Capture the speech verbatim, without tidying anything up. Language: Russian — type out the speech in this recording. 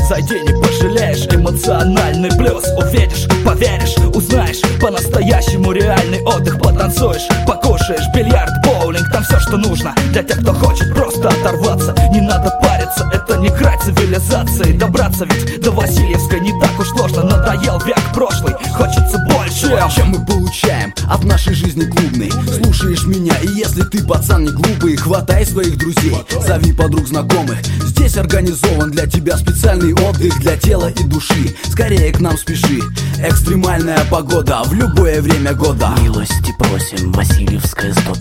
зайди, не пожалеешь. Эмоциональный плюс увидишь, поверишь, узнаешь. По-настоящему реальный отдых, потанцуешь, покушаешь, бильярд, боулинг, там все, что нужно для тех, кто хочет просто оторваться. Не надо париться, это не край цивилизации. Добраться ведь до Васильевской не так уж сложно. Надоел век прошлый, хочется больше. Чем мы получаем от нашей жизни клубной? Слушаешь меня, и если ты, пацан, не глупый, хватай своих друзей, зови подруг, знакомых. Здесь организован для тебя специальный отдых для тела и души. Скорее к нам спеши, экстремальная погода в любое время года. Милости просим, Васильевская сто